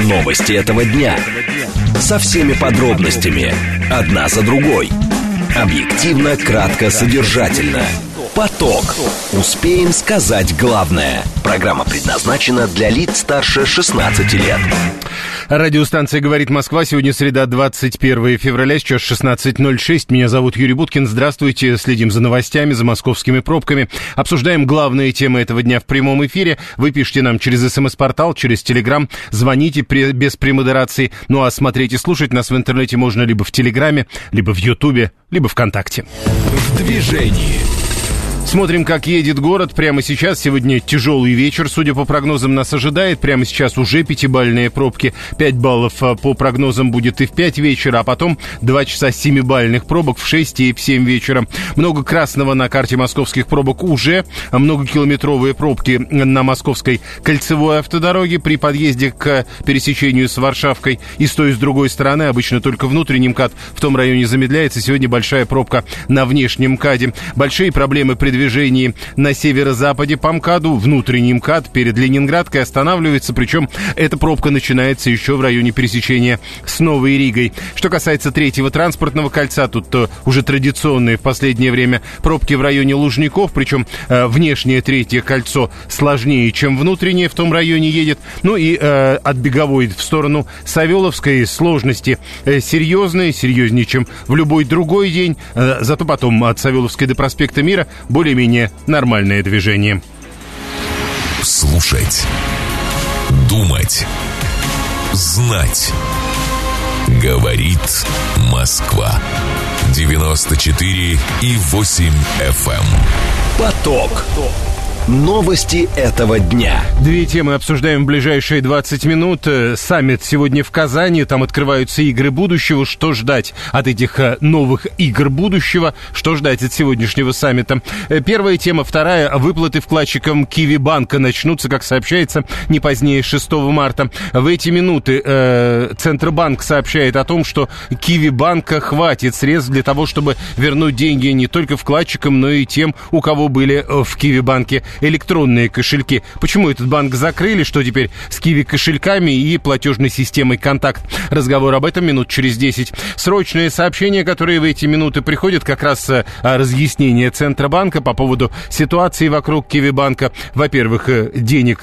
Новости этого дня. Со всеми подробностями. Одна за другой. Объективно, кратко, содержательно. Поток. Успеем сказать главное. Программа предназначена для лиц старше 16 лет. Радиостанция «Говорит Москва». Сегодня среда, 21 февраля, сейчас 16:06. Меня зовут Юрий Буткин. Здравствуйте. Следим за новостями, за московскими пробками. Обсуждаем главные темы этого дня в прямом эфире. Вы пишите нам через СМС-портал, через Телеграм. Звоните без премодерации. Ну а смотреть и слушать нас в интернете можно либо в Телеграме, либо в Ютубе, либо ВКонтакте. В движении. Смотрим, как едет город. Прямо сейчас, сегодня тяжелый вечер, судя по прогнозам, нас ожидает. Прямо сейчас уже 5-бальные пробки. 5 баллов по прогнозам будет и в 5 вечера, а потом 2 часа 7-бальных пробок в 6 и в 7 вечера. Много красного на карте московских пробок уже. Многокилометровые пробки на Московской кольцевой автодороге при подъезде к пересечению с Варшавкой. И с той, и с другой стороны, обычно только внутренний МКАД в том районе замедляется. Сегодня большая пробка на внешнем МКАДе. Большие проблемы при движении на северо-западе по МКАДу. Внутренний МКАД перед Ленинградкой останавливается, причем эта пробка начинается еще в районе пересечения с Новой Ригой. Что касается третьего транспортного кольца, тут уже традиционные в последнее время пробки в районе Лужников, причем внешнее третье кольцо сложнее, чем внутреннее в том районе едет. Ну и от Беговой в сторону Савеловской сложности серьезные, серьезнее, чем в любой другой день. Зато потом от Савеловской до проспекта Мира более-менее нормальное движение. Слушать, думать, знать. Говорит Москва. 94,8 FM. Поток. Новости этого дня. Две темы обсуждаем в ближайшие 20 минут. Саммит сегодня в Казани. Там открываются игры будущего. Что ждать от этих новых игр будущего? Что ждать от сегодняшнего саммита? Первая тема. Вторая. Выплаты вкладчикам Киви-банка начнутся, как сообщается, не позднее 6 марта. В эти минуты Центробанк сообщает о том, что Киви-банка хватит средств для того, чтобы вернуть деньги не только вкладчикам, но и тем, у кого были в Киви-банке электронные кошельки. Почему этот банк закрыли? Что теперь с Киви-кошельками и платежной системой «Контакт»? Разговор об этом минут через 10. Срочные сообщения, которые в эти минуты приходят, как раз разъяснение Центробанка по поводу ситуации вокруг Киви-банка. Во-первых, денег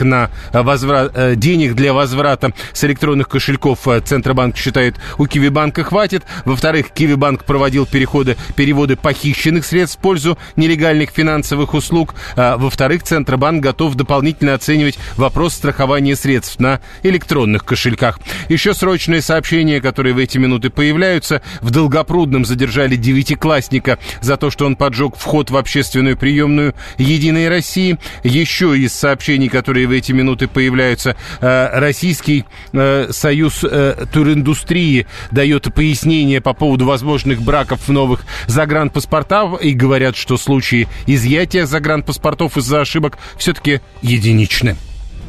для возврата с электронных кошельков Центробанк считает, у Киви-банка хватит. Во-вторых, Киви-банк проводил переводы похищенных средств в пользу нелегальных финансовых услуг. Во-вторых, Центробанк готов дополнительно оценивать вопрос страхования средств на электронных кошельках. Еще срочные сообщения, которые в эти минуты появляются. В Долгопрудном задержали 9-классника за то, что он поджег вход в общественную приемную «Единой России». Еще из сообщений, которые в эти минуты появляются, Российский союз туриндустрии дает пояснение по поводу возможных браков в новых загранпаспортах и говорят, что случаи изъятия загранпаспортов из-за ошибок все-таки единичны.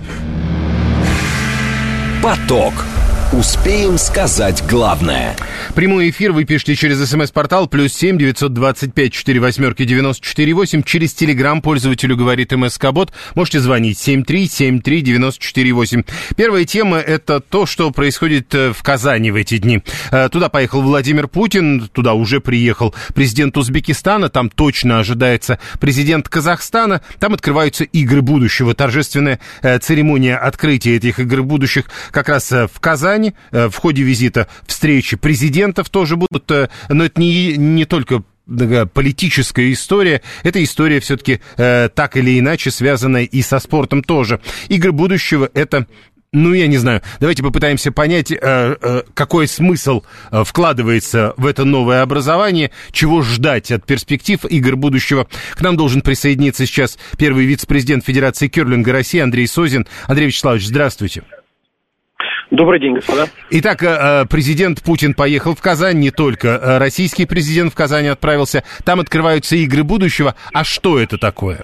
Поток. Успеем сказать главное. Прямой эфир вы пишите через СМС-портал +7 925 48 94 8. Через Телеграм пользователю говорит МСК-бот. Можете звонить 7373 94 8. Первая тема — это то, что происходит в Казани в эти дни. Туда поехал Владимир Путин, туда уже приехал президент Узбекистана, там точно ожидается президент Казахстана. Там открываются игры будущего. Торжественная церемония открытия этих игр будущих как раз в Казани. В ходе визита встречи президентов тоже будут, но это не только политическая история, эта история все-таки так или иначе связана и со спортом тоже. Игры будущего — это... я не знаю, давайте попытаемся понять, какой смысл вкладывается в это новое образование, чего ждать от перспектив игр будущего. К нам должен присоединиться сейчас первый вице-президент Федерации керлинга России Андрей Созин. Андрей Вячеславович, здравствуйте. Добрый день, господа. Итак, президент Путин поехал в Казань, не только российский президент в Казань отправился. Там открываются игры будущего. А что это такое?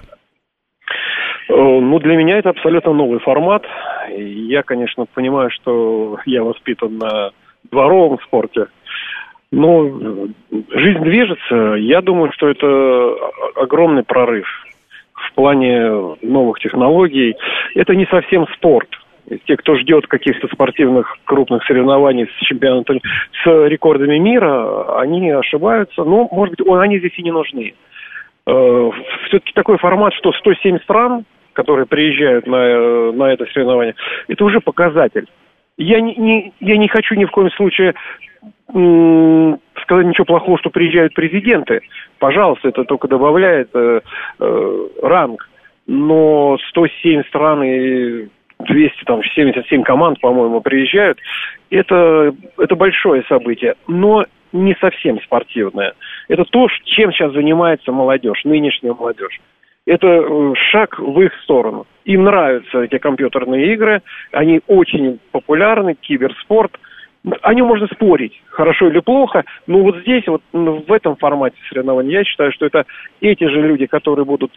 Для меня это абсолютно новый формат. Я, конечно, понимаю, что я воспитан на дворовом спорте. Но жизнь движется. Я думаю, что это огромный прорыв в плане новых технологий. Это не совсем спорт. те, кто ждет каких-то спортивных крупных соревнований с чемпионатами, с рекордами мира, они ошибаются. Ну, может быть, они здесь и не нужны. Все-таки такой формат, что 107 стран, которые приезжают на это соревнование, это уже показатель. Я не хочу ни в коем случае сказать ничего плохого, что приезжают президенты. Пожалуйста, это только добавляет ранг. Но 107 стран и 277 команд, по-моему, приезжают. Это большое событие, но не совсем спортивное. Это то, чем сейчас занимается молодежь, нынешняя молодежь. Это шаг в их сторону. Им нравятся эти компьютерные игры, они очень популярны, киберспорт. О нем можно спорить, хорошо или плохо, но вот здесь, вот в этом формате соревнований, я считаю, что это эти же люди, которые будут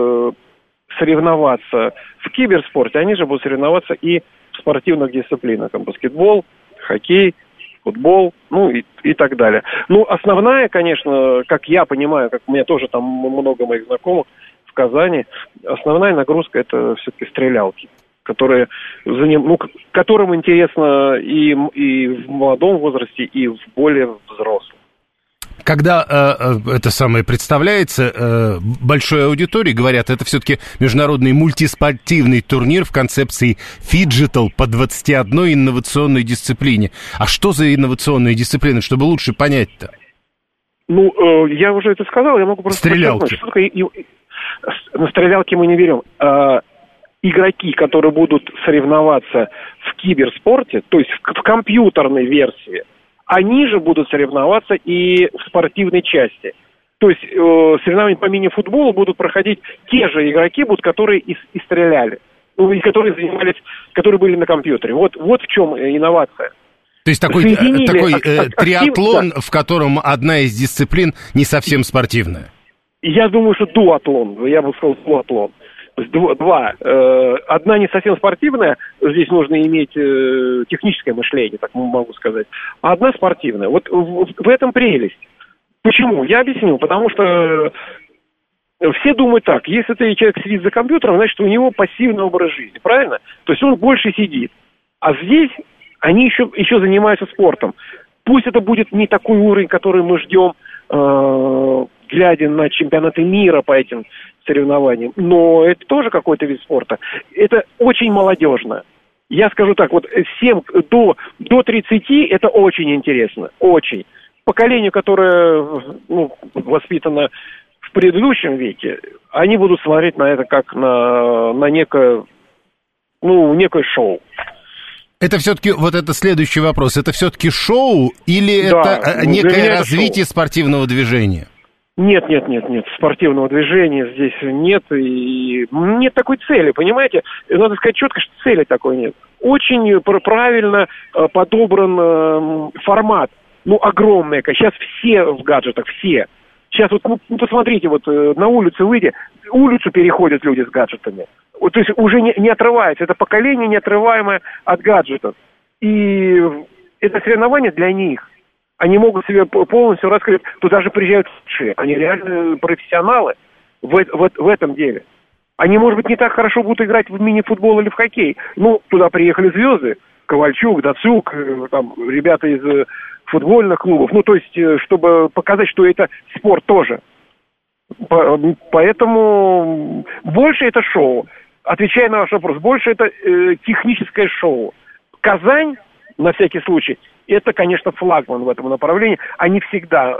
соревноваться в киберспорте, они же будут соревноваться и в спортивных дисциплинах, там, баскетбол, хоккей, футбол, ну и так далее. Ну, основная, конечно, как я понимаю, как у меня тоже там много моих знакомых в Казани, основная нагрузка это все-таки стрелялки, которые, которым интересно и в молодом возрасте, и в более взрослом. Когда это самое представляется большой аудитории, говорят, это все-таки международный мультиспортивный турнир в концепции фиджитал по 21 инновационной дисциплине. А что за инновационные дисциплины, чтобы лучше понять-то? Ну, я уже это сказал, я могу просто... Стрелялки. На стрелялки мы не берем. Игроки, которые будут соревноваться в киберспорте, то есть в компьютерной версии, они же будут соревноваться и в спортивной части. То есть соревнования по мини-футболу будут проходить те же игроки, которые и стреляли, и которые занимались, которые были на компьютере. Вот в чем инновация. То есть такой триатлон, в котором одна из дисциплин не совсем спортивная. Я думаю, что дуатлон, я бы сказал дуатлон. То есть два. Одна не совсем спортивная, здесь нужно иметь техническое мышление, так могу сказать, а одна спортивная. Вот в этом прелесть. Почему? Я объясню. Потому что все думают так, если человек сидит за компьютером, значит, у него пассивный образ жизни, правильно? То есть он больше сидит. А здесь они еще занимаются спортом. Пусть это будет не такой уровень, который мы ждем, глядя на чемпионаты мира по этим соревнованиям, но это тоже какой-то вид спорта. Это очень молодежно. Я скажу так, вот всем до 30 это очень интересно, очень. Поколению, которое воспитано в предыдущем веке, они будут смотреть на это как на некое шоу. Это все-таки, вот это следующий вопрос, это все-таки шоу или да, это некое развитие спортивного движения? Нет, спортивного движения здесь нет, и нет такой цели, понимаете? Надо сказать четко, что цели такой нет. Очень правильно подобран формат, огромное. Сейчас все в гаджетах, все. Сейчас посмотрите, на улицу выйди, улицу переходят люди с гаджетами. То есть уже не отрывается, это поколение неотрываемое от гаджетов. И это соревнование для них. Они могут себе полностью раскрыть. Туда же приезжают лучшие. Они реально профессионалы в этом деле. Они, может быть, не так хорошо будут играть в мини-футбол или в хоккей. Туда приехали звезды. Ковальчук, Дацук, ребята из футбольных клубов. То есть, чтобы показать, что это спорт тоже. Поэтому больше это шоу. Отвечая на ваш вопрос, больше это техническое шоу. Казань, на всякий случай, это, конечно, флагман в этом направлении. Они всегда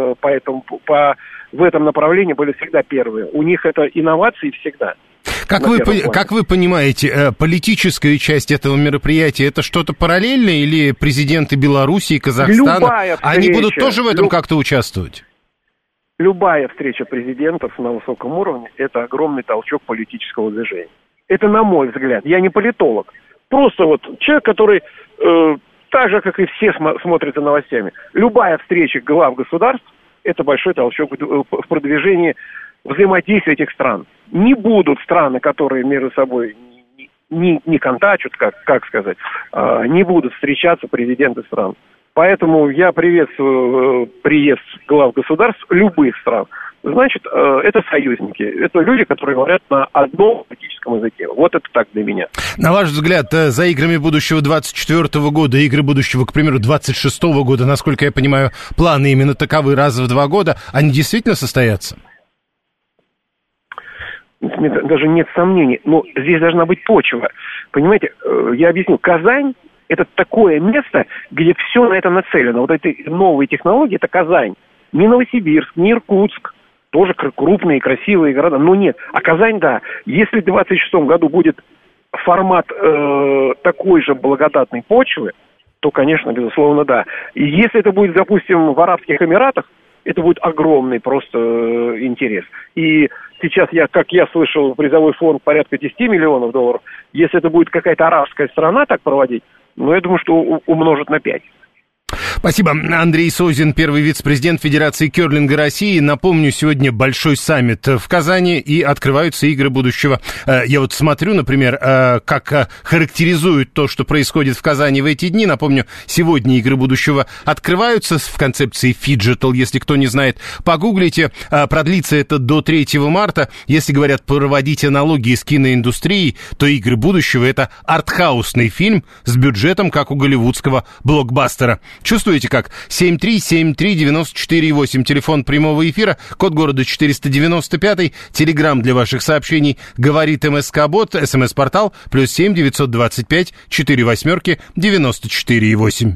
в этом направлении были всегда первые. У них это инновации всегда. Как вы понимаете, политическая часть этого мероприятия, это что-то параллельное или президенты Белоруссии, Казахстана, они будут тоже в этом как-то участвовать? Любая встреча президентов на высоком уровне – это огромный толчок политического движения. Это, на мой взгляд, я не политолог. Просто человек, который так же, как и все смотрят за новостями. Любая встреча глав государств – это большой толчок в продвижении взаимодействия этих стран. Не будут страны, которые между собой не контачат, как сказать, не будут встречаться президенты стран. Поэтому я приветствую приезд глав государств любых стран. значит, это союзники. Это люди, которые говорят на одном политическом языке. Вот это так для меня. На ваш взгляд, за играми будущего 2024 года, игры будущего, к примеру, 2026 года, насколько я понимаю, планы именно таковы раз в 2 года, они действительно состоятся? Даже нет сомнений. Но здесь должна быть почва. Понимаете, я объясню. Казань – это такое место, где все на это нацелено. Вот эти новые технологии – это Казань. Не Новосибирск, не Иркутск. Тоже крупные, красивые города. Но нет. А Казань, да. Если в 2026 году будет формат такой же благодатной почвы, то, конечно, безусловно, да. И если это будет, допустим, в Арабских Эмиратах, это будет огромный просто интерес. И сейчас, как я слышал, призовой фонд порядка $10 миллионов. Если это будет какая-то арабская страна так проводить, я думаю, что умножат на 5. Спасибо. Андрей Созин, первый вице-президент Федерации керлинга России. Напомню, сегодня большой саммит в Казани, и открываются игры будущего. Я вот смотрю, например, как характеризуют то, что происходит в Казани в эти дни. Напомню, сегодня игры будущего открываются в концепции фиджитал, если кто не знает. Погуглите, продлится это до 3 марта. Если говорят проводить аналогии с киноиндустрией, то игры будущего — это артхаусный фильм с бюджетом, как у голливудского блокбастера. Чувствуете как? 7373948, телефон прямого эфира, код города 495, телеграм для ваших сообщений, говорит МСК-бот, СМС-портал, +7 925 48 94,8.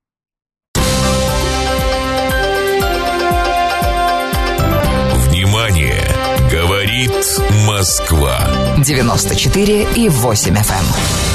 Внимание! Говорит Москва. 94,8 FM.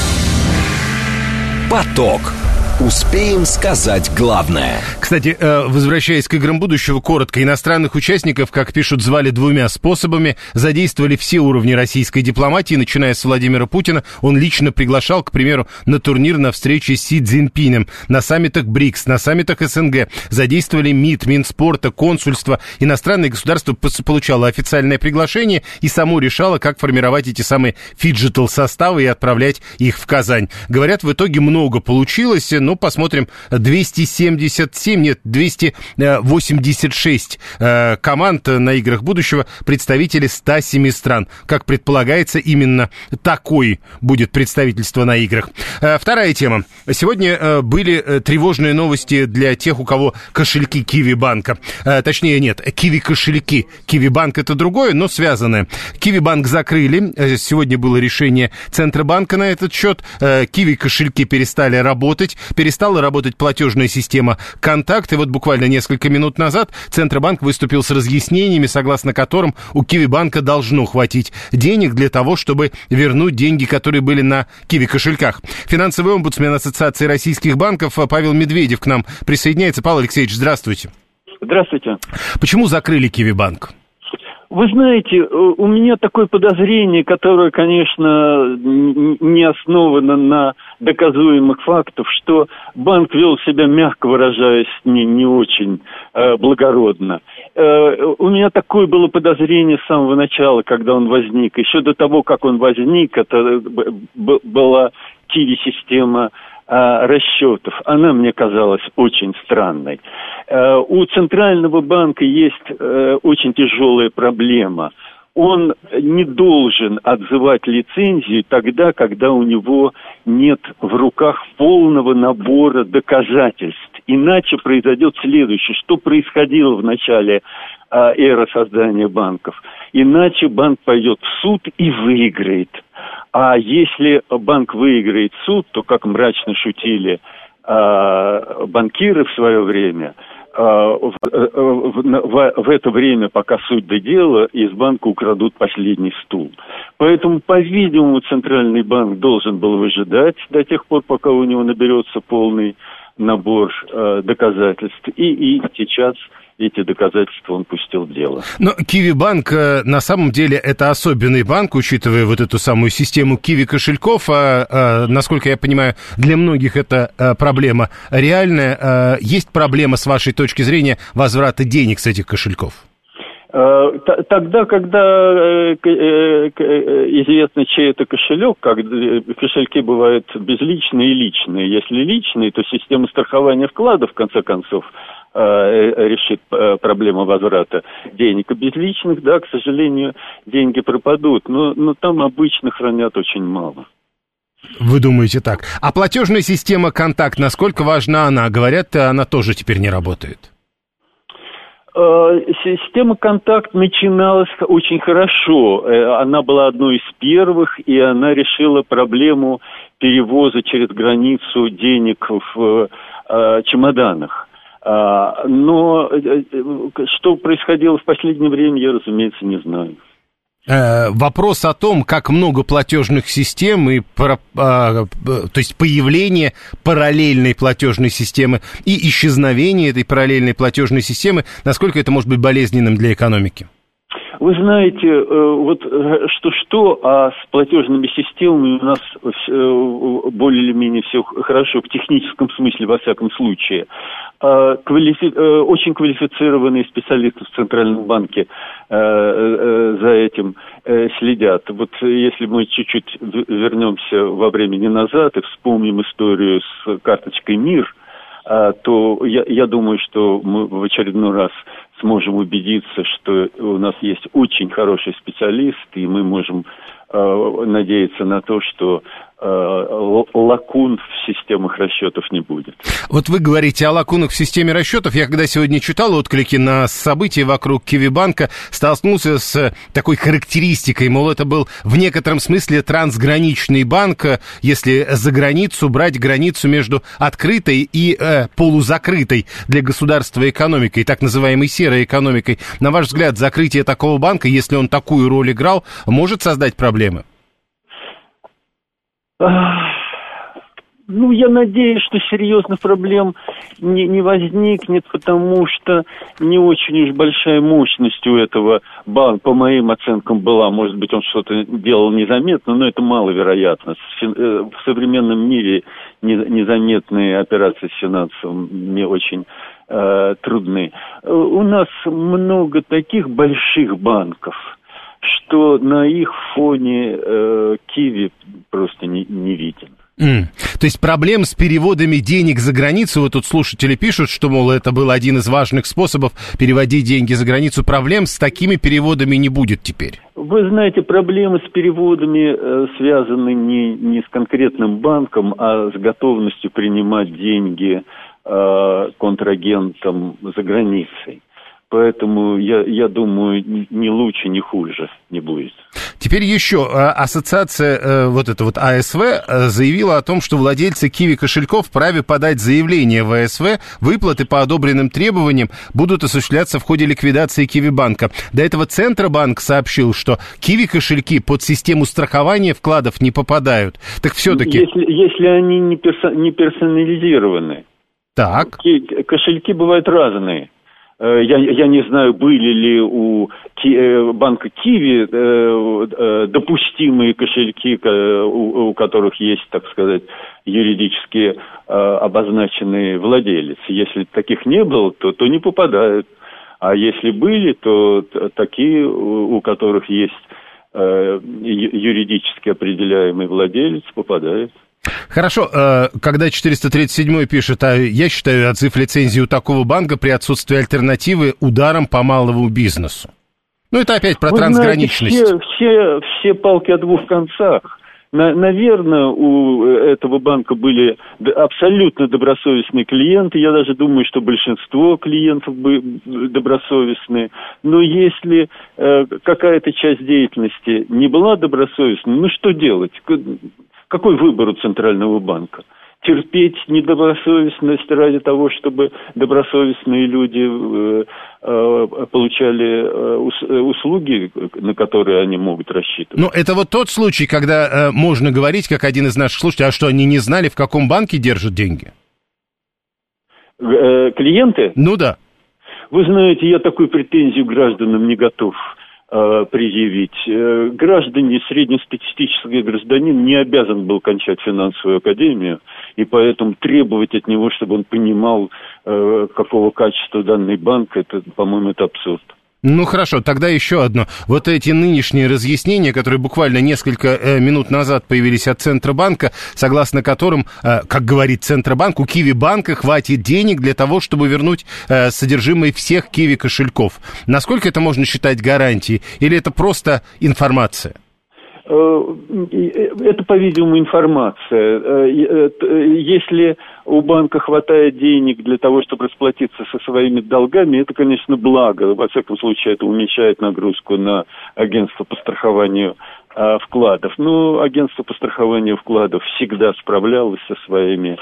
Поток. Успеем сказать главное. Кстати, возвращаясь к играм будущего, коротко. Иностранных участников, как пишут, звали 2 способами. Задействовали все уровни российской дипломатии, начиная с Владимира Путина. Он лично приглашал, к примеру, на турнир на встрече с Си Цзиньпинем, на саммитах БРИКС, на саммитах СНГ. Задействовали МИД, Минспорта, консульство. Иностранное государство получало официальное приглашение и само решало, как формировать эти самые фиджитал-составы и отправлять их в Казань. Говорят, в итоге много получилось. Посмотрим, 286 команд на играх будущего, представители 107 стран. Как предполагается, именно такой будет представительство на играх. Вторая тема. Сегодня были тревожные новости для тех, у кого кошельки Киви-банка. Точнее, нет, Киви-кошельки. Киви-банк — это другое, но связанное. Киви-банк закрыли. Сегодня было решение Центробанка на этот счет. Киви-кошельки перестали работать. Перестала работать платежная система «Контакт». И вот буквально несколько минут назад Центробанк выступил с разъяснениями, согласно которым у Киви-банка должно хватить денег для того, чтобы вернуть деньги, которые были на Киви-кошельках. Финансовый омбудсмен Ассоциации российских банков Павел Медведев к нам присоединяется. Павел Алексеевич, здравствуйте. Здравствуйте. Почему закрыли Киви-банк? Вы знаете, у меня такое подозрение, которое, конечно, не основано на доказуемых фактах, что банк вел себя, мягко выражаясь, не очень благородно. У меня такое было подозрение с самого начала, когда он возник. Еще до того, как он возник, это была Киви-система расчетов. Она мне казалась очень странной. У Центрального банка есть очень тяжелая проблема. Он не должен отзывать лицензию тогда, когда у него нет в руках полного набора доказательств. Иначе произойдет следующее, что происходило в начале эры создания банков. Иначе банк пойдет в суд и выиграет. А если банк выиграет суд, то, как мрачно шутили банкиры в свое время, в это время, пока суть до дела, из банка украдут последний стул. Поэтому, по-видимому, Центральный банк должен был выжидать до тех пор, пока у него наберется полный набор доказательств. И сейчас эти доказательства он пустил в дело. Но Киви-банк на самом деле это особенный банк, учитывая вот эту самую систему Киви-кошельков. Насколько я понимаю, для многих это проблема реальная. Есть проблема, с вашей точки зрения, возврата денег с этих кошельков? Тогда, когда известно, чей это кошелек, кошельки бывают безличные и личные. Если личные, то система страхования вкладов, в конце концов, решит проблему возврата денег. И безличных, да, к сожалению, деньги пропадут, но там обычно хранят очень мало. Вы думаете так. А платежная система «Контакт», насколько важна она? Говорят, она тоже теперь не работает. Система «Контакт» начиналась очень хорошо. Она была одной из первых, и она решила проблему перевоза через границу денег в чемоданах. Но что происходило в последнее время, я, разумеется, не знаю. Вопрос о том, как много платежных систем и то есть появление параллельной платежной системы и исчезновение этой параллельной платежной системы, насколько это может быть болезненным для экономики? Вы знаете, вот что, а с платежными системами у нас более или менее все хорошо, в техническом смысле, во всяком случае. Очень квалифицированные специалисты в Центральном банке за этим следят. Вот если мы чуть-чуть вернемся во времени назад и вспомним историю с карточкой «Мир», то я думаю, что мы в очередной раз сможем убедиться, что у нас есть очень хороший специалист, и мы можем надеяться на то, что лакун в системах расчетов не будет. Вот вы говорите о лакунах в системе расчетов. Я когда сегодня читал отклики на события вокруг Кивибанка, столкнулся с такой характеристикой, мол, это был в некотором смысле трансграничный банк, если за границу брать границу между открытой и полузакрытой для государства экономикой, так называемой серой экономикой. На ваш взгляд, закрытие такого банка, если он такую роль играл, может создать проблемы? Я надеюсь, что серьезных проблем не возникнет, потому что не очень уж большая мощность у этого банка, по моим оценкам, была. Может быть, он что-то делал незаметно, но это маловероятно. В современном мире незаметные операции с финансами очень трудны. У нас много таких больших банков, что на их фоне Киви просто не виден. То есть проблем с переводами денег за границу, вот тут слушатели пишут, что, мол, это был один из важных способов переводить деньги за границу, проблем с такими переводами не будет теперь? Вы знаете, проблемы с переводами связаны не с конкретным банком, а с готовностью принимать деньги контрагентам за границей. Поэтому, я думаю, ни лучше, ни хуже не будет. Теперь еще ассоциация, АСВ, заявила о том, что владельцы Киви кошельков вправе подать заявление в АСВ. Выплаты по одобренным требованиям будут осуществляться в ходе ликвидации Киви банка. До этого Центробанк сообщил, что Киви кошельки под систему страхования вкладов не попадают. Так все-таки... Если они не персонализированы. Так. Кошельки бывают разные. Я не знаю, были ли у банка Киви допустимые кошельки, у которых есть, так сказать, юридически обозначенный владелец. Если таких не было, то не попадают. А если были, то такие, у которых есть юридически определяемый владелец, попадают. Хорошо, когда 437-й пишет, я считаю отзыв лицензии у такого банка при отсутствии альтернативы ударом по малому бизнесу. Это опять про трансграничность. Знаете, все палки о двух концах. Наверное, у этого банка были абсолютно добросовестные клиенты. Я даже думаю, что большинство клиентов были добросовестные. Но если какая-то часть деятельности не была добросовестной, что делать? Какой выбор у Центрального банка? Терпеть недобросовестность ради того, чтобы добросовестные люди получали услуги, на которые они могут рассчитывать? Это вот тот случай, когда можно говорить, как один из наших слушателей, а что, они не знали, в каком банке держат деньги? Клиенты? Да. Вы знаете, я такую претензию гражданам не готов предъявить. Граждане, среднестатистический гражданин не обязан был кончать финансовую академию, и поэтому требовать от него, чтобы он понимал, какого качества данный банк, по-моему, это абсурд. Ну, хорошо, тогда еще одно. Вот эти нынешние разъяснения, которые буквально несколько минут назад появились от Центробанка, согласно которым, как говорит Центробанк, у Киви-банка хватит денег для того, чтобы вернуть содержимое всех Киви-кошельков. Насколько это можно считать гарантией? Или это просто информация? Это, по-видимому, информация. Если у банка хватает денег для того, чтобы расплатиться со своими долгами, это, конечно, благо. Во всяком случае, это уменьшает нагрузку на агентство по страхованию вкладов. Но агентство по страхованию вкладов всегда справлялось со своими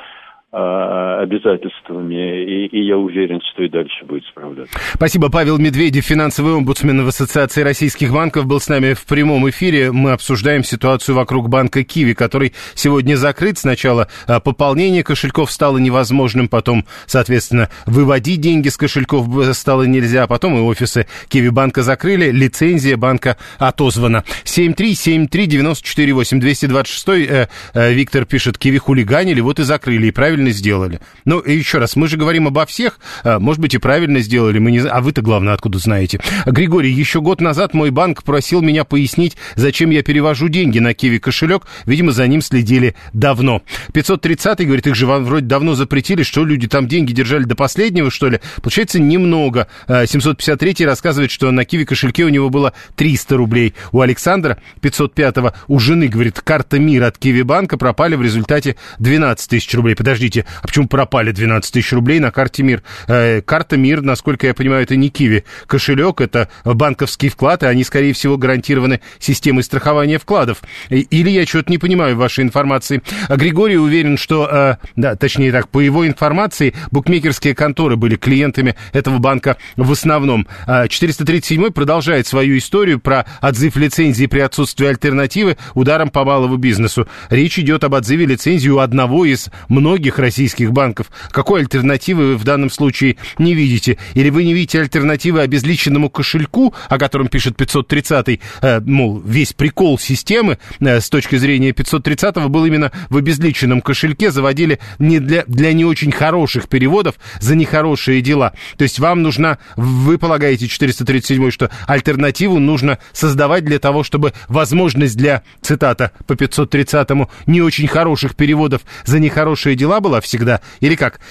обязательствами, и я уверен, что и дальше будет справляться. Спасибо. Павел Медведев, финансовый омбудсмен в Ассоциации российских банков, был с нами в прямом эфире. Мы обсуждаем ситуацию вокруг банка Киви, который сегодня закрыт. Сначала пополнение кошельков стало невозможным, потом, соответственно, выводить деньги с кошельков стало нельзя, потом и офисы Киви банка закрыли, лицензия банка отозвана. 7373948, 226 Виктор пишет: Киви хулиганили, вот и закрыли, и правильно сделали. Ну, и еще раз, мы же говорим обо всех, может быть, и правильно сделали, мы не... а вы-то, главное, откуда знаете. Григорий, еще год назад мой банк просил меня пояснить, зачем я перевожу деньги на Киви кошелек, видимо, за ним следили давно. 530-й говорит, их же вроде давно запретили, что люди там деньги держали до последнего, что ли? Получается, немного. 753-й рассказывает, что на Киви кошельке у него было 300 рублей. У Александра, 505-го, у жены, говорит, карта МИР от Киви банка пропали в результате 12 тысяч рублей. Подождите, а почему пропали 12 тысяч рублей на карте МИР? Карта МИР, насколько я понимаю, это не Киви кошелек, это банковский вклад, и они, скорее всего, гарантированы системой страхования вкладов. Или я что-то не понимаю в вашей информации. Григорий уверен, что, да, точнее так, по его информации, букмекерские конторы были клиентами этого банка в основном. 437-й продолжает свою историю про отзыв лицензии при отсутствии альтернативы ударом по малому бизнесу. Речь идет об отзыве лицензии у одного из многих российских банков. Какой альтернативы вы в данном случае не видите? Или вы не видите альтернативы обезличенному кошельку, о котором пишет 530-й, мол, весь прикол системы с точки зрения 530-го был именно в обезличенном кошельке, заводили не для не очень хороших переводов за нехорошие дела. То есть вам нужна, вы полагаете, 437-й, что альтернативу нужно создавать для того, чтобы возможность для, цитата по 530-му, не очень хороших переводов за нехорошие дела была всегда? Или как?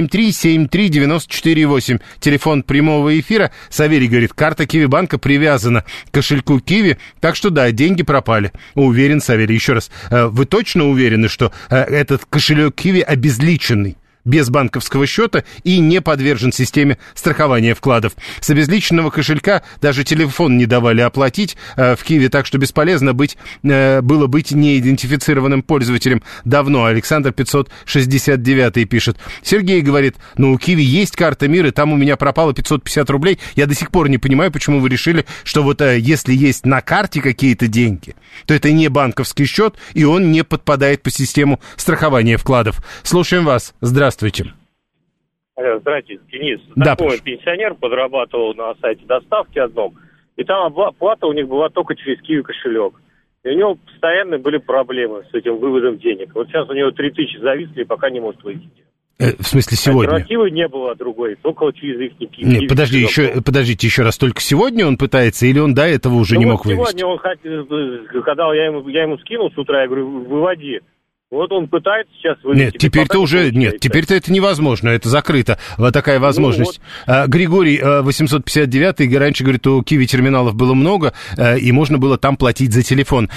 7373948, телефон прямого эфира. Савелий говорит, карта Киви банка привязана к кошельку Киви, так что да, деньги пропали. Уверен, Савелий. Еще раз, вы точно уверены, что этот кошелек Киви обезличенный, без банковского счета и не подвержен системе страхования вкладов? С обезличенного кошелька даже телефон не давали оплатить в Киеве, так что бесполезно было быть неидентифицированным пользователем давно. Александр 569 пишет. Сергей говорит, ну у Киви есть карта МИР, и там у меня пропало 550 рублей. Я до сих пор не понимаю, почему вы решили, что вот если есть на карте какие-то деньги, то это не банковский счет, и он не подпадает по систему страхования вкладов. Слушаем вас. Здравствуйте. Здравствуйте, Денис. Да, такой пенсионер подрабатывал на сайте доставки одном, и там оплата у них была только через Киви кошелек. И у него постоянно были проблемы с этим выводом денег. Вот сейчас у него 3000 зависли, и пока не может выйти. В смысле, сегодня? Альтернативы не было другой, только через их Киви. Нет, подождите еще раз, только сегодня он пытается, или он до этого уже не мог вывести? Сегодня он хотел, когда я ему скинул с утра, я говорю, выводи. Вот он пытается сейчас вывести. Нет, теперь-то уже, нет, теперь-то это невозможно, это закрыто, вот такая возможность. Ну, вот. Григорий 859, раньше, говорит, у Киви терминалов было много, и можно было там платить за телефон.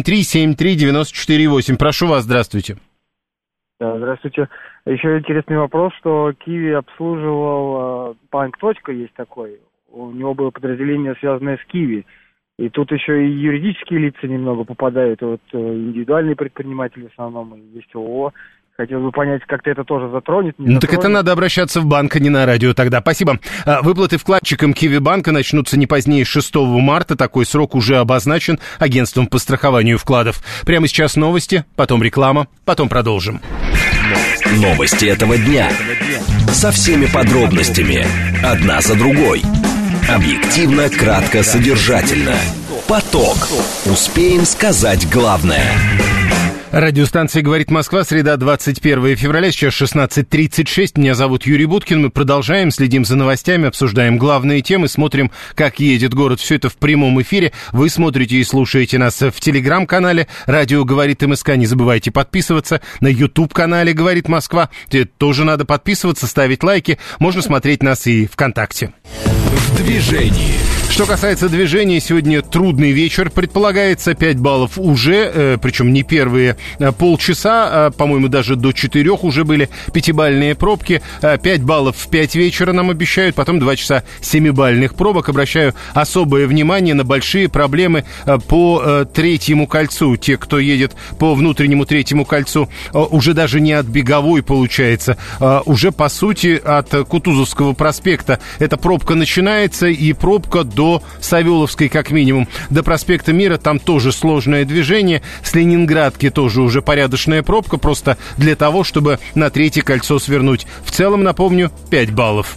7373948, прошу вас, здравствуйте. Да, здравствуйте. Еще интересный вопрос, что Киви обслуживал банк «Точка», есть такой, у него было подразделение, связанное с Киви. И тут еще и юридические лица немного попадают, вот индивидуальные предприниматели в основном, и есть ООО. Хотелось бы понять, как-то это тоже затронет. Ну так это надо обращаться в банк, а не на радио тогда. Спасибо. Выплаты вкладчикам Киви банка начнутся не позднее 6 марта. Такой срок уже обозначен агентством по страхованию вкладов. Прямо сейчас новости, потом реклама, потом продолжим. Новости этого дня. Со всеми подробностями. Одна за другой. Объективно, кратко, содержательно. Поток. Успеем сказать главное. Радиостанция «Говорит Москва», среда, 21 февраля, сейчас 16:36. Меня зовут Юрий Буткин. Мы продолжаем, следим за новостями, обсуждаем главные темы, смотрим, как едет город. Все это в прямом эфире. Вы смотрите и слушаете нас в телеграм-канале «Радио говорит МСК». Не забывайте подписываться. На YouTube-канале «Говорит Москва». Где тоже надо подписываться, ставить лайки. Можно смотреть нас и ВКонтакте. В движении. Что касается движения, сегодня трудный вечер. Предполагается 5 баллов уже, причем не первые полчаса, по-моему, даже до 4 уже были 5-бальные пробки. 5 баллов в 5 вечера нам обещают, потом 2 часа 7-бальных пробок. Обращаю особое внимание на большие проблемы по третьему кольцу. Те, кто едет по внутреннему третьему кольцу, уже даже не от Беговой получается, уже, по сути, от Кутузовского проспекта. Эта пробка начинается, и пробка до Савеловской, как минимум, до проспекта Мира. Там тоже сложное движение. С Ленинградки тоже уже порядочная пробка, просто для того, чтобы на третье кольцо свернуть. В целом, напомню, 5 баллов.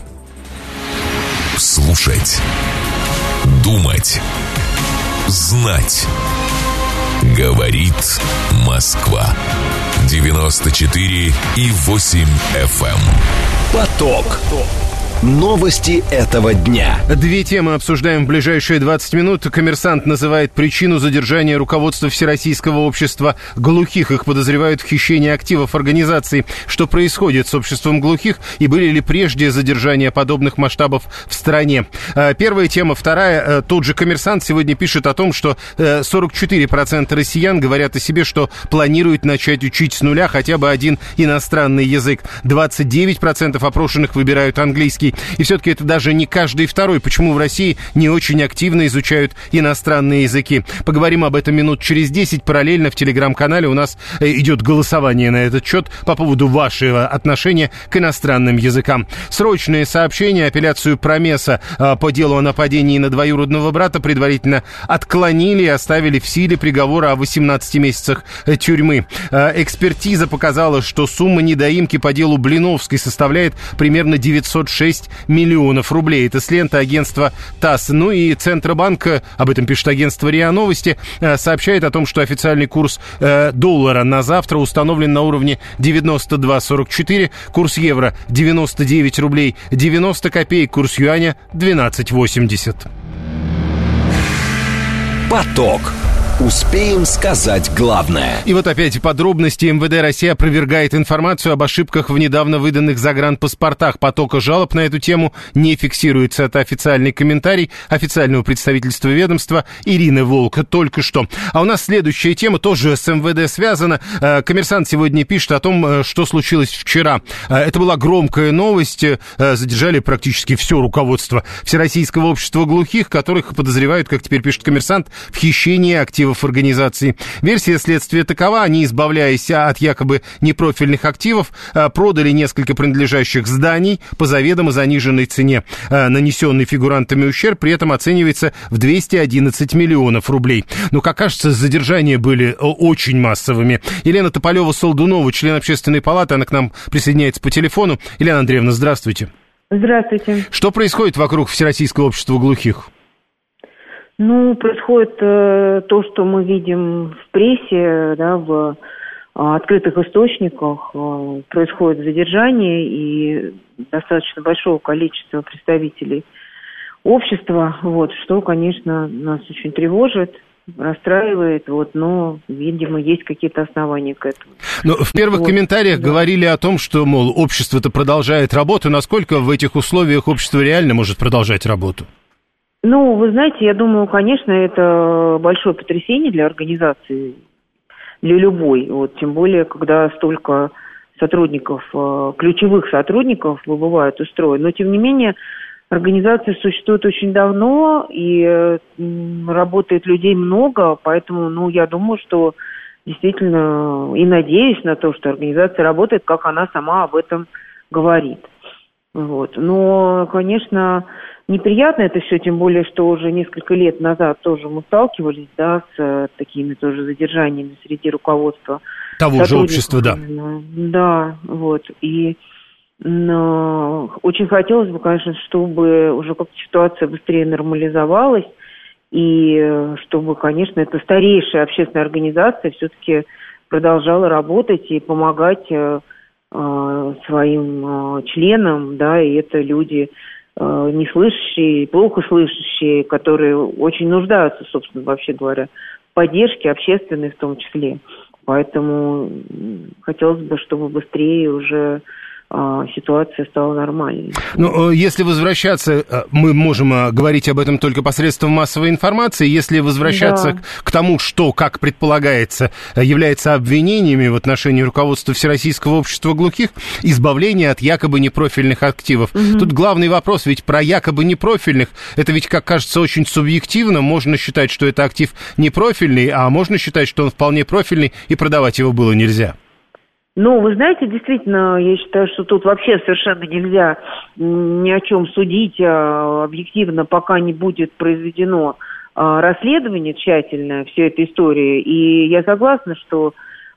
Слушать, думать, знать. Говорит Москва. 94,8 FM. Поток. Новости этого дня. 2 темы обсуждаем в ближайшие 20 минут. «Коммерсант» называет причину задержания руководства Всероссийского общества глухих. Их подозревают в хищении активов организации. Что происходит с обществом глухих и были ли прежде задержания подобных масштабов в стране? Первая тема. Вторая. Тот же «Коммерсант» сегодня пишет о том, что 44% россиян говорят о себе, что планируют начать учить с нуля хотя бы один иностранный язык. 29% опрошенных выбирают английский. И все-таки это даже не каждый второй. Почему в России не очень активно изучают иностранные языки? Поговорим об этом минут через 10. Параллельно в телеграм-канале у нас идет голосование на этот счет по поводу вашего отношения к иностранным языкам. Срочные сообщения. Апелляцию Промеса по делу о нападении на двоюродного брата предварительно отклонили и оставили в силе приговора о 18 месяцах тюрьмы. Экспертиза показала, что сумма недоимки по делу Блиновской составляет примерно 906 миллионов рублей. Это с ленты агентства ТАСС. Ну и Центробанк, об этом пишет агентство РИА Новости, сообщает о том, что официальный курс доллара на завтра установлен на уровне 92.44, курс евро 99 рублей 90 копеек, курс юаня 12.80. Поток. Успеем сказать главное. И вот опять подробности. МВД России опровергает информацию об ошибках в недавно выданных загранпаспортах. Потока жалоб на эту тему не фиксируется. Это официальный комментарий официального представительства ведомства Ирины Волк только что. А у нас следующая тема тоже с МВД связана. «Коммерсант» сегодня пишет о том, что случилось вчера. Это была громкая новость. Задержали практически все руководство Всероссийского общества глухих, которых подозревают, как теперь пишет «Коммерсант», в хищении активов организации. Версия следствия такова: они, избавляясь от якобы непрофильных активов, продали несколько принадлежащих зданий по заведомо заниженной цене. Нанесенный фигурантами ущерб при этом оценивается в 211 миллионов рублей. Но, как кажется, задержания были очень массовыми. Елена Тополева-Солдунова, член Общественной палаты, она к нам присоединяется по телефону. Елена Андреевна, здравствуйте. Здравствуйте. Что происходит вокруг Всероссийского общества глухих? Ну, происходит то, что мы видим в прессе, да, в открытых источниках. Происходит задержание и достаточно большого количества представителей общества, вот, что, конечно, нас очень тревожит, расстраивает, вот, но, видимо, есть какие-то основания к этому. Но в первых комментариях говорили о том, что, мол, общество-то продолжает работу. Насколько в этих условиях общество реально может продолжать работу? Ну, вы знаете, я думаю, конечно, это большое потрясение для организации, для любой, вот, тем более, когда столько сотрудников, ключевых сотрудников выбывают из строя. Но, тем не менее, организация существует очень давно, и работает людей много, поэтому, ну, я думаю, что действительно, и надеюсь на то, что организация работает, как она сама об этом говорит. Вот. Но, конечно, неприятно это все, тем более, что уже несколько лет назад тоже мы сталкивались, да, с такими тоже задержаниями среди руководства того же общества, да. Да, вот. И очень хотелось бы, конечно, чтобы уже как-то ситуация быстрее нормализовалась, и чтобы, конечно, эта старейшая общественная организация все-таки продолжала работать и помогать своим членам, да, и это люди неслышащие, плохо слышащие, которые очень нуждаются, собственно, вообще говоря, в поддержке общественной в том числе. Поэтому хотелось бы, чтобы быстрее уже ситуация стала нормальной. Ну, если возвращаться, мы можем говорить об этом только посредством массовой информации, если возвращаться к тому, что, как предполагается, является обвинениями в отношении руководства Всероссийского общества глухих, избавление от якобы непрофильных активов. Тут главный вопрос, ведь про якобы непрофильных, это ведь, как кажется, очень субъективно, можно считать, что это актив непрофильный, а можно считать, что он вполне профильный, и продавать его было нельзя. Ну, вы знаете, действительно, я считаю, что тут вообще совершенно нельзя ни о чем судить объективно, пока не будет произведено расследование тщательное всей этой истории. И я согласна, что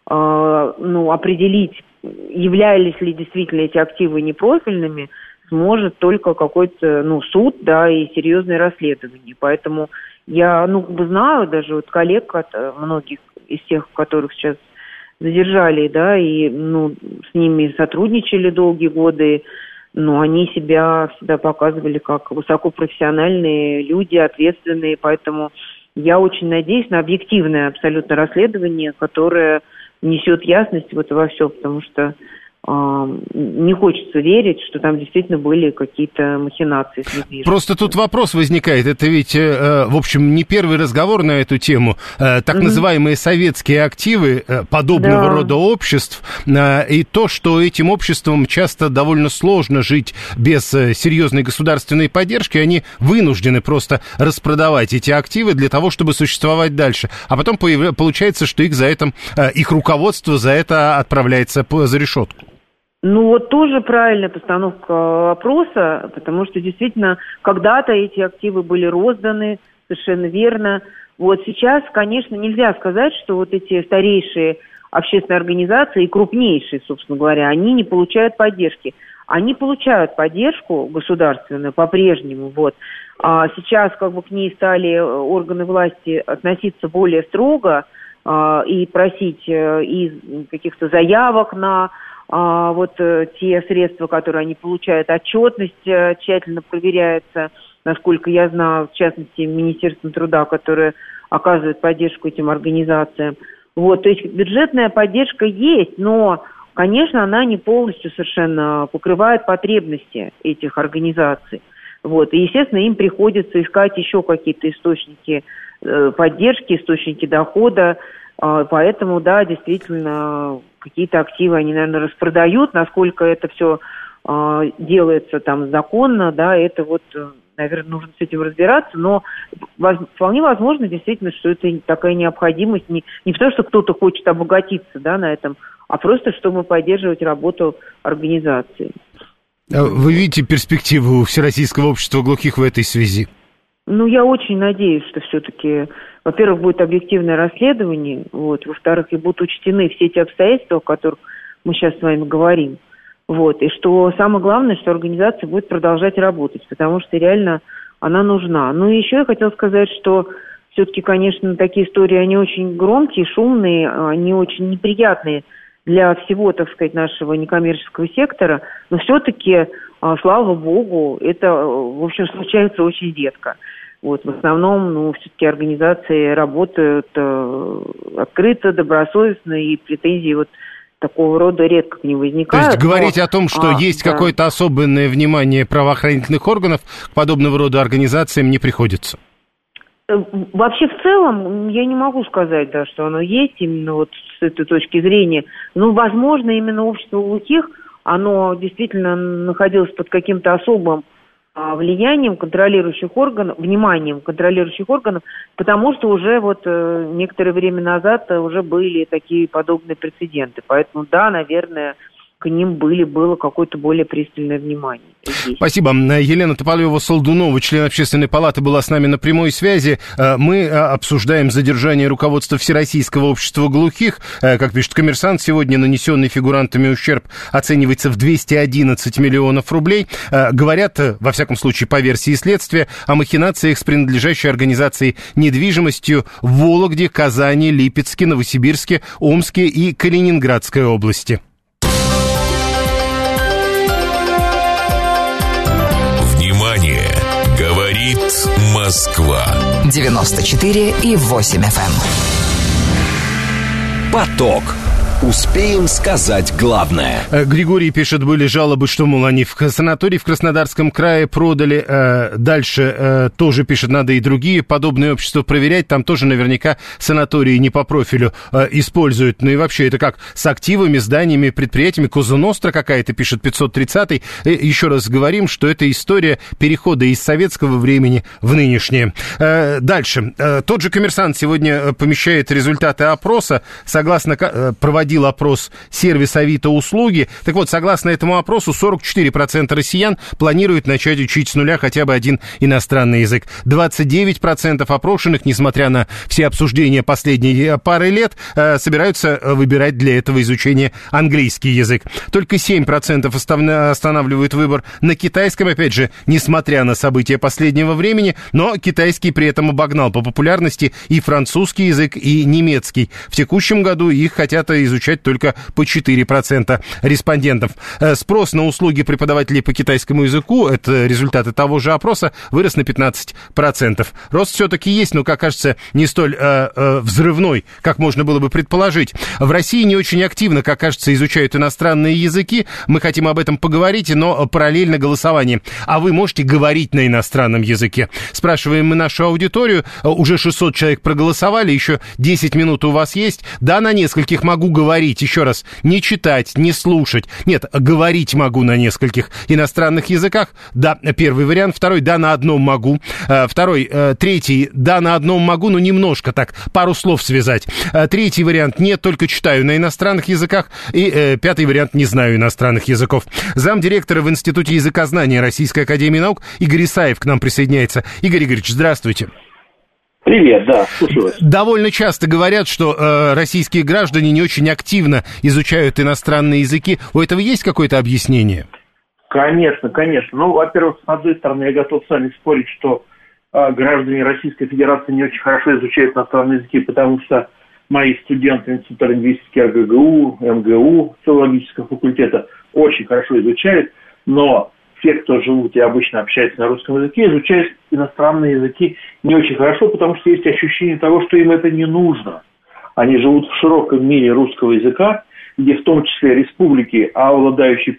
определить, являлись ли действительно эти активы непрофильными, сможет только какой-то суд, да, и серьезное расследование. Поэтому я знаю даже вот коллег от многих из тех, которых сейчас задержали, да, и, с ними сотрудничали долгие годы, но они себя всегда показывали как высокопрофессиональные люди, ответственные, поэтому я очень надеюсь на объективное абсолютно расследование, которое несет ясность вот во всем, потому что не хочется верить, что там действительно были какие-то махинации с недвижимостью. Просто тут вопрос возникает. Это ведь, в общем, не первый разговор на эту тему. Так называемые советские активы подобного рода обществ, и то, что этим обществам часто довольно сложно жить без серьезной государственной поддержки, они вынуждены просто распродавать эти активы для того, чтобы существовать дальше. А потом получается, что их руководство за это отправляется за решетку. Тоже правильная постановка вопроса, потому что действительно когда-то эти активы были розданы, совершенно верно. Вот сейчас, конечно, нельзя сказать, что вот эти старейшие общественные организации и крупнейшие, собственно говоря, они не получают поддержки. Они получают поддержку государственную по-прежнему, вот. А сейчас к ней стали органы власти относиться более строго и просить из каких-то заявок на те средства, которые они получают, отчетность тщательно проверяется, насколько я знаю, в частности, Министерством труда, которое оказывает поддержку этим организациям. То есть бюджетная поддержка есть, но, конечно, она не полностью совершенно покрывает потребности этих организаций. И, естественно, им приходится искать еще какие-то источники поддержки, источники дохода. Поэтому, да, действительно, какие-то активы они, наверное, распродают. Насколько это все делается там законно, да, это наверное, нужно с этим разбираться. Но вполне возможно, действительно, что это такая необходимость. Не потому, что кто-то хочет обогатиться, да, на этом, а просто, чтобы поддерживать работу организации. Вы видите перспективу Всероссийского общества глухих в этой связи? Я очень надеюсь, что все-таки, во-первых, будет объективное расследование, во-вторых, и будут учтены все эти обстоятельства, о которых мы сейчас с вами говорим. И что самое главное, что организация будет продолжать работать, потому что реально она нужна. И еще я хотела сказать, что все-таки, конечно, такие истории, они очень громкие, шумные, они очень неприятные для всего, так сказать, нашего некоммерческого сектора, но все-таки, слава богу, это, в общем, случается очень редко. В основном, все-таки организации работают открыто, добросовестно, и претензий такого рода редко к ним возникают. То есть говорить о том, что есть какое-то особенное внимание правоохранительных органов к подобного рода организациям, не приходится? Вообще, в целом, я не могу сказать, да, что оно есть именно с этой точки зрения. Возможно, именно общество глухих, оно действительно находилось под каким-то особым влиянием контролирующих органов, вниманием контролирующих органов, потому что уже некоторое время назад уже были такие подобные прецеденты. Поэтому, да, наверное, к ним было какое-то более пристальное внимание. Спасибо. Елена Тополева-Солдунова, член Общественной палаты, была с нами на прямой связи. Мы обсуждаем задержание руководства Всероссийского общества глухих. Как пишет «Коммерсант», сегодня нанесенный фигурантами ущерб оценивается в 211 миллионов рублей. Говорят, во всяком случае, по версии следствия, о махинациях с принадлежащей организацией недвижимостью в Вологде, Казани, Липецке, Новосибирске, Омске и Калининградской области. Говорит Москва. 94,8 FM. Поток. Успеем сказать главное. Григорий пишет, были жалобы, что, мол, они в санаторий в Краснодарском крае продали. Дальше тоже пишет, надо и другие подобные общества проверять. Там тоже наверняка санатории не по профилю используют. Ну и вообще, это как с активами, зданиями, предприятиями. Коза Ностра какая-то, пишет 530-й. Еще раз говорим, что это история перехода из советского времени в нынешнее. Дальше. Тот же «Коммерсант» сегодня помещает результаты опроса. Согласно проводил опрос сервис Авито услуги. Так вот, согласно этому опросу, 44% россиян планируют начать учить с нуля хотя бы один иностранный язык. 29% опрошенных, несмотря на все обсуждения последней пары лет, собираются выбирать для этого изучения английский язык. Только 7% останавливают выбор на китайском, опять же, несмотря на события последнего времени, но китайский при этом обогнал по популярности и французский язык, и немецкий. В текущем году их хотят изучать только по 4% респондентов. Спрос на услуги преподавателей по китайскому языку, это результаты того же опроса, вырос на 15%. Рост все-таки есть, но, как кажется, не столь взрывной, как можно было бы предположить. В России не очень активно, как кажется, изучают иностранные языки. Мы хотим об этом поговорить, но параллельно голосование. А вы можете говорить на иностранном языке? Спрашиваем мы нашу аудиторию. Уже 600 человек проголосовали, еще 10 минут у вас есть. Да, на нескольких могу говорить, еще раз, не читать, не слушать. Нет, говорить могу на нескольких иностранных языках. Да, первый вариант. Второй, да, на одном могу. Второй, третий, да, на одном могу, но немножко так, пару слов связать. Третий вариант, нет, только читаю на иностранных языках. И пятый вариант, не знаю иностранных языков. Замдиректора в Институте языкознания Российской академии наук Игорь Исаев к нам присоединяется. Игорь Игоревич, здравствуйте. Привет, да, слушаю вас. Довольно часто говорят, что российские граждане не очень активно изучают иностранные языки. У этого есть какое-то объяснение? Конечно, конечно. Ну, во-первых, с одной стороны, я готов с вами спорить, что граждане Российской Федерации не очень хорошо изучают иностранные языки, потому что мои студенты Института лингвистики РГГУ, МГУ, филологического факультета очень хорошо изучают, но те, кто живут и обычно общаются на русском языке, изучают иностранные языки не очень хорошо, потому что есть ощущение того, что им это не нужно. Они живут в широком мире русского языка, где в том числе республики, обладающие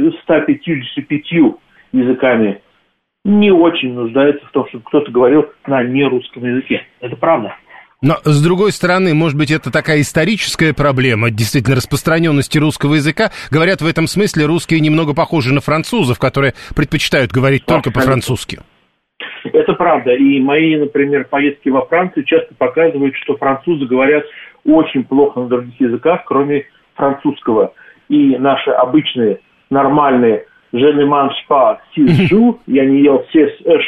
155 языками, не очень нуждаются в том, чтобы кто-то говорил на нерусском языке. Это правда. Но, с другой стороны, может быть, это такая историческая проблема, действительно, распространенности русского языка. Говорят, в этом смысле русские немного похожи на французов, которые предпочитают говорить только по-французски. Это правда. И мои, например, поездки во Францию часто показывают, что французы говорят очень плохо на других языках, кроме французского. И наши обычные, нормальные «je ne mange pas 6 jours», я не ел все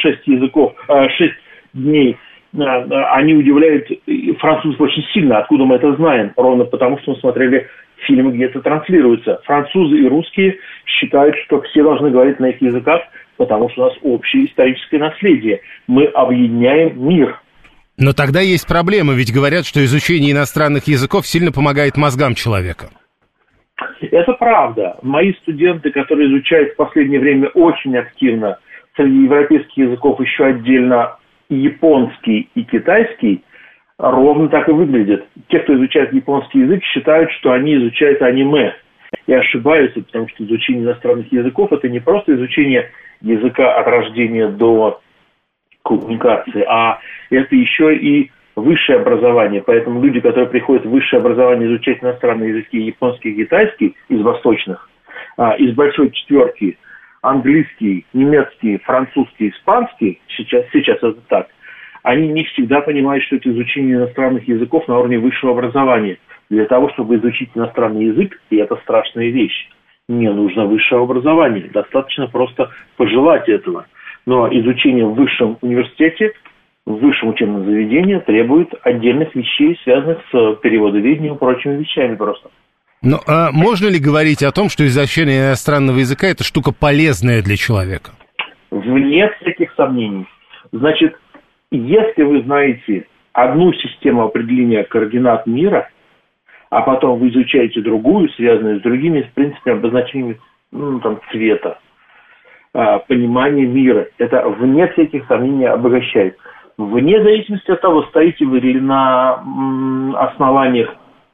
6 дней, они удивляют французов очень сильно. Откуда мы это знаем? Ровно потому, что мы смотрели фильмы, где это транслируется. Французы и русские считают, что все должны говорить на этих языках, потому что у нас общее историческое наследие. Мы объединяем мир. Но тогда есть проблема, ведь говорят, что изучение иностранных языков сильно помогает мозгам человека. Это правда. Мои студенты, которые изучают в последнее время очень активно среди европейских языков еще отдельно японский и китайский, ровно так и выглядят. Те, кто изучает японский язык, считают, что они изучают аниме. И ошибаются, потому что изучение иностранных языков – это не просто изучение языка от рождения до коммуникации, а это еще и высшее образование. Поэтому люди, которые приходят в высшее образование изучать иностранные языки, японский и китайский, из восточных, из большой четверки, английский, немецкий, французский, испанский, сейчас это так, они не всегда понимают, что это изучение иностранных языков на уровне высшего образования. Для того, чтобы изучить иностранный язык, и это страшная вещь, не нужно высшее образование. Достаточно просто пожелать этого. Но изучение в высшем университете, в высшем учебном заведении требует отдельных вещей, связанных с переводоведением и прочими вещами просто. Но можно ли говорить о том, что изучение иностранного языка – это штука полезная для человека? Вне всяких сомнений. Значит, если вы знаете одну систему определения координат мира, а потом вы изучаете другую, связанную с другими, в принципе, обозначениями цвета, понимание мира, это вне всяких сомнений обогащает. Вне зависимости от того, стоите вы или на основаниях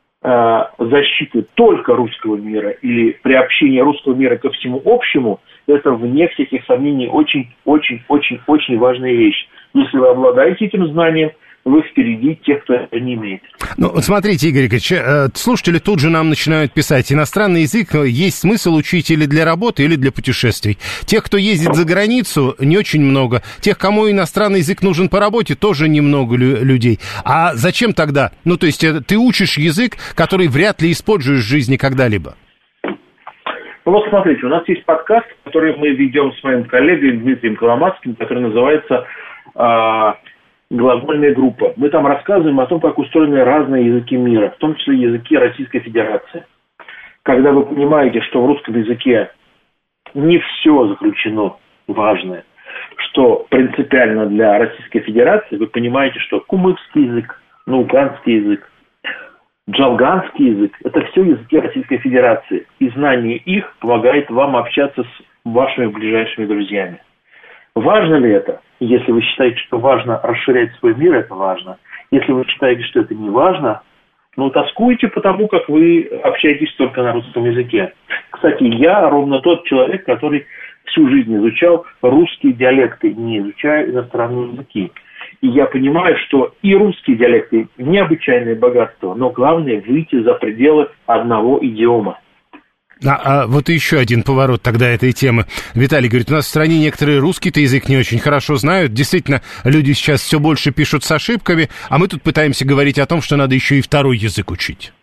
защиты только русского мира или приобщения русского мира ко всему общему, это вне всяких сомнений очень важная вещь. Если вы обладаете этим знанием, вы впереди тех, кто это не имеет. Ну, вот смотрите, Игорь Игоревич, слушатели тут же нам начинают писать. Иностранный язык есть смысл учить или для работы, или для путешествий. Тех, кто ездит за границу, не очень много. Тех, кому иностранный язык нужен по работе, тоже немного людей. А зачем тогда? Ну, то есть ты учишь язык, который вряд ли используешь в жизни когда-либо. Ну, вот смотрите, у нас есть подкаст, который мы ведем с моим коллегой Дмитрием Коломацким, который называется «Глагольная группа». Мы там рассказываем о том, как устроены разные языки мира, в том числе языки Российской Федерации. Когда вы понимаете, что в русском языке не все заключено важное, что принципиально для Российской Федерации, вы понимаете, что кумыкский язык, науканский язык, джалганский язык – это все языки Российской Федерации. И знание их помогает вам общаться с вашими ближайшими друзьями. Важно ли это? Если вы считаете, что важно расширять свой мир, это важно. Если вы считаете, что это не важно, тоскуйте потому, как вы общаетесь только на русском языке. Кстати, я ровно тот человек, который всю жизнь изучал русские диалекты, не изучая иностранные языки. И я понимаю, что и русские диалекты необычайное богатство, но главное выйти за пределы одного идиома. А вот еще один поворот тогда этой темы. Виталий говорит, у нас в стране некоторые русский-то язык не очень хорошо знают. Действительно, люди сейчас все больше пишут с ошибками, а мы тут пытаемся говорить о том, что надо еще и второй язык учить.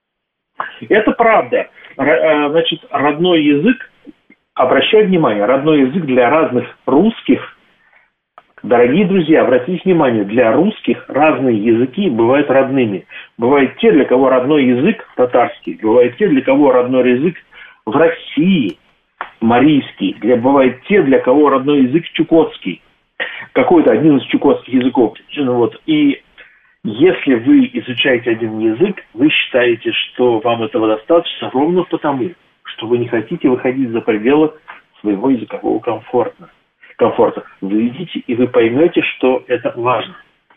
Это правда. Значит, родной язык, обращаю внимание, родной язык для разных русских. Дорогие друзья, обратите внимание, для русских разные языки бывают родными. Бывают те, для кого родной язык татарский, бывают те, для кого родной язык в России марийский, бывают те, для кого родной язык чукотский, какой-то один из чукотских языков. И если вы изучаете один язык, вы считаете, что вам этого достаточно ровно потому, что вы не хотите выходить за пределы своего языкового комфорта. Вы видите, и вы поймете, что это важно.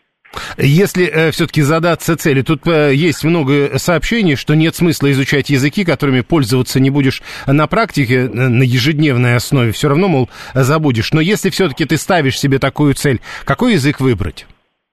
Если все-таки задаться целью, тут есть много сообщений, что нет смысла изучать языки, которыми пользоваться не будешь на практике, на ежедневной основе, все равно, мол, забудешь. Но если все-таки ты ставишь себе такую цель, какой язык выбрать?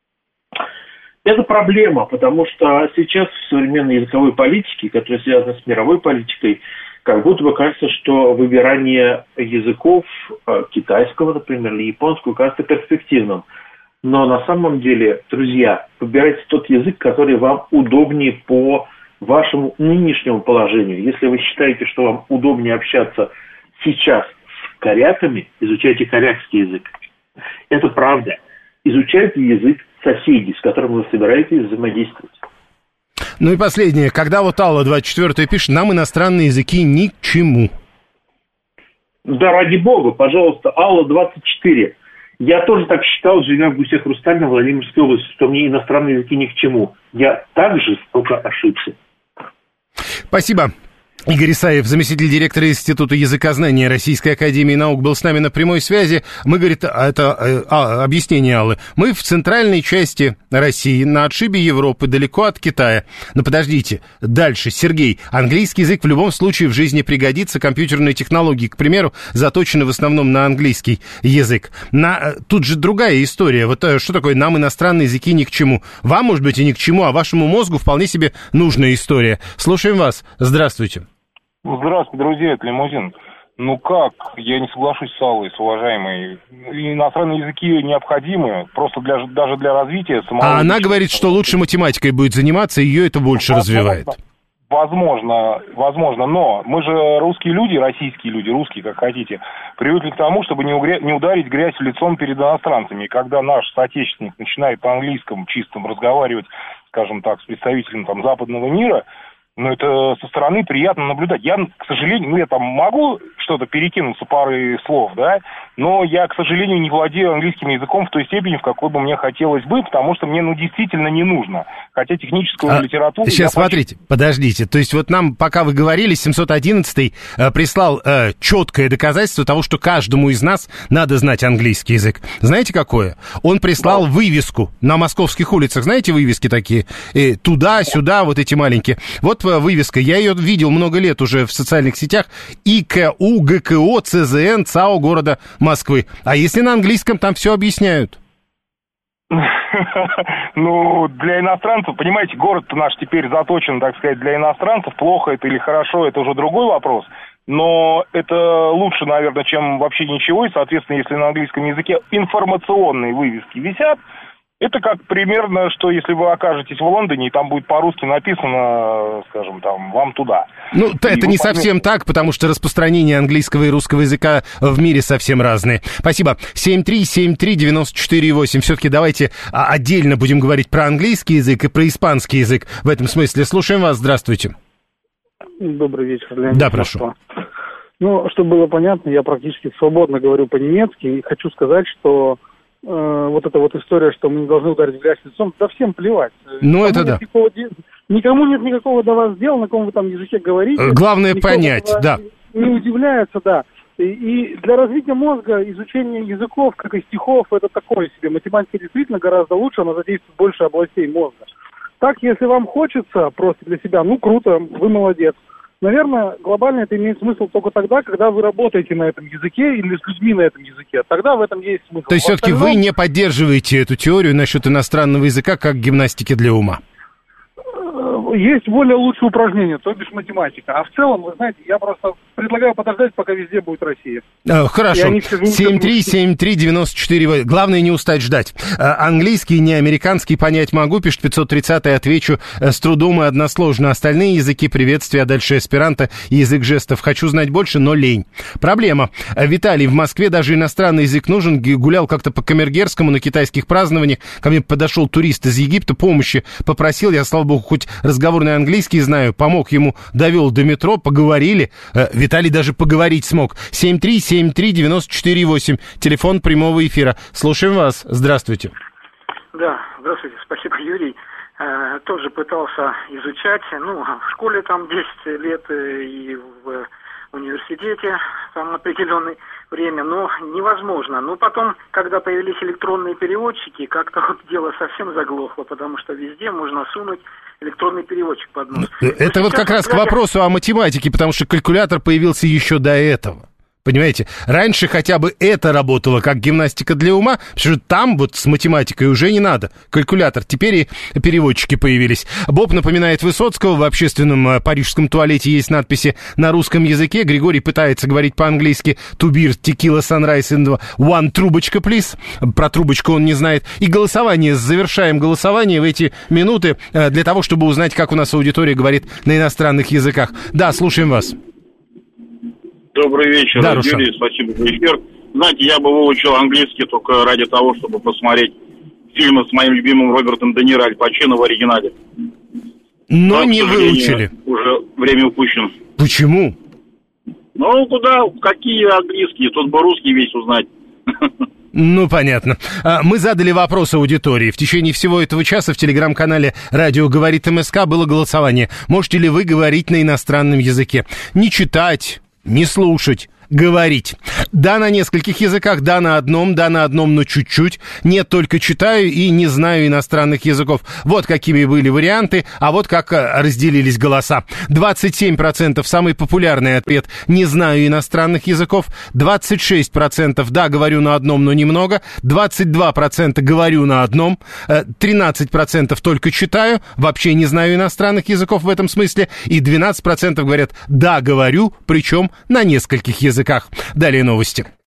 Это проблема, потому что сейчас в современной языковой политике, которая связана с мировой политикой, как будто бы кажется, что выбирание языков китайского, например, или японского кажется перспективным. Но на самом деле, друзья, выбирайте тот язык, который вам удобнее по вашему нынешнему положению. Если вы считаете, что вам удобнее общаться сейчас с коряками, изучайте корякский язык. Это правда. Изучайте язык соседей, с которыми вы собираетесь взаимодействовать. Ну и последнее. Когда вот Алла 24 пишет, нам иностранные языки ни к чему. Да, ради бога, пожалуйста, Алла 24. Я тоже так считал, живя в Гусе-Хрустальном, Владимирской области, что мне иностранные языки ни к чему. Я также только ошибся. Спасибо. Игорь Исаев, заместитель директора Института языкознания Российской академии наук, был с нами на прямой связи. Мы, говорит, это объяснение Аллы. Мы в центральной части России, на отшибе Европы, далеко от Китая. Но подождите, дальше, Сергей. Английский язык в любом случае в жизни пригодится. Компьютерные технологии, к примеру, заточены в основном на английский язык. Тут же другая история. Вот что такое нам иностранные языки ни к чему? Вам, может быть, и ни к чему, а вашему мозгу вполне себе нужная история. Слушаем вас. Здравствуйте. Здравствуйте, друзья, это Лимузин. Ну как, я не соглашусь с Аллой, с уважаемой. Иностранные языки необходимы, просто даже для развития самого... А она говорит, что лучше математикой будет заниматься, и ее это больше развивает. Возможно, но мы же русские люди, российские люди, русские, как хотите, привыкли к тому, чтобы не ударить грязь лицом перед иностранцами. И когда наш соотечественник начинает по английскому чистому разговаривать, скажем так, с представителем там западного мира, это со стороны приятно наблюдать. Я, к сожалению, я там могу что-то перекинуться парой слов, да, но я, к сожалению, не владею английским языком в той степени, в какой бы мне хотелось бы, потому что мне, действительно не нужно. Хотя техническую литературу... Сейчас, смотрите, подождите. То есть вот нам, пока вы говорили, 711-й прислал четкое доказательство того, что каждому из нас надо знать английский язык. Знаете, какое? Он прислал вывеску на московских улицах. Знаете, вывески такие? Туда-сюда, вот эти маленькие. Вот вывеска. Я ее видел много лет уже в социальных сетях. ИКУ, ГКО, ЦЗН, ЦАО города Москвы. А если на английском, там все объясняют. Для иностранцев, понимаете, город наш теперь заточен, так сказать, для иностранцев. Плохо это или хорошо, это уже другой вопрос. Но это лучше, наверное, чем вообще ничего. И, соответственно, если на английском языке информационные вывески висят, это как примерно, что если вы окажетесь в Лондоне, и там будет по-русски написано, скажем, там, вам туда. Это не совсем так, потому что распространение английского и русского языка в мире совсем разные. Спасибо. 7373948. Все-таки давайте отдельно будем говорить про английский язык и про испанский язык в этом смысле. Слушаем вас. Здравствуйте. Добрый вечер, Леонид. Да, прошу. Чтобы было понятно, я практически свободно говорю по-немецки. И хочу сказать, что вот эта вот история, что мы не должны ударить в грязь лицом, да всем плевать. Это да. Никому нет никакого до вас дела, на каком вы там языке говорите. Главное понять, да. Не удивляется, да. И для развития мозга изучение языков, как и стихов, это такое себе. Математика действительно гораздо лучше, она задействует больше областей мозга. Так, если вам хочется просто для себя, круто, вы молодец. Наверное, глобально это имеет смысл только тогда, когда вы работаете на этом языке или с людьми на этом языке. Тогда в этом есть смысл. То есть все-таки вы не поддерживаете эту теорию насчет иностранного языка как гимнастики для ума? Есть более лучшие упражнения, то бишь математика. А в целом, вы знаете, я просто предлагаю подождать, пока везде будет Россия. Хорошо. 7373948. Главное не устать ждать. Английский, не американский понять могу, пишет 530-й, отвечу с трудом и односложно. Остальные языки приветствия, а дальше эсперанто и язык жестов. Хочу знать больше, но лень. Проблема. Виталий, в Москве даже иностранный язык нужен. Гулял как-то по Камергерскому на китайских празднованиях. Ко мне подошел турист из Египта, помощи попросил. Я, слава богу, хоть разговорный английский знаю, помог ему, довел до метро, поговорили. Виталий даже поговорить смог. 7373948, телефон прямого эфира. Слушаем вас. Здравствуйте. Да, здравствуйте. Спасибо, Юрий. Тоже пытался изучать. В школе там 10 лет и в университете там определенное время, но невозможно. Потом, когда появились электронные переводчики, как-то дело совсем заглохло, потому что везде можно сунуть электронный переводчик под нос. Это вот как раз к вопросу о математике, потому что калькулятор появился еще до этого. Понимаете, раньше хотя бы это работало как гимнастика для ума, потому что там вот с математикой уже не надо. Калькулятор, теперь и переводчики появились. Боб напоминает Высоцкого, в общественном парижском туалете есть надписи на русском языке. Григорий пытается говорить по-английски «To beer, tequila, sunrise and one трубочка, please». Про трубочку он не знает. И голосование, завершаем голосование в эти минуты для того, чтобы узнать, как у нас аудитория говорит на иностранных языках. Да, слушаем вас. Добрый вечер, да, Юрий, спасибо за эфир. Знаете, я бы выучил английский только ради того, чтобы посмотреть фильмы с моим любимым Робертом Де Ниро, Аль Пачино в оригинале. Но не выучили. Уже время упущено. Почему? Куда, какие английские, тут бы русский весь узнать. Понятно. Мы задали вопрос аудитории. В течение всего этого часа в телеграм-канале «Радио говорит МСК» было голосование. Можете ли вы говорить на иностранном языке? Не читать, не слушать, говорить. Да, на нескольких языках, да, на одном, но чуть-чуть. Нет, только читаю и не знаю иностранных языков. Вот какими были варианты, а вот как разделились голоса. 27% самый популярный ответ «не знаю иностранных языков». 26% да, говорю на одном, но немного. 22% говорю на одном. 13% только читаю, вообще не знаю иностранных языков в этом смысле. И 12% говорят «да, говорю», причем на нескольких языках. Далее новости.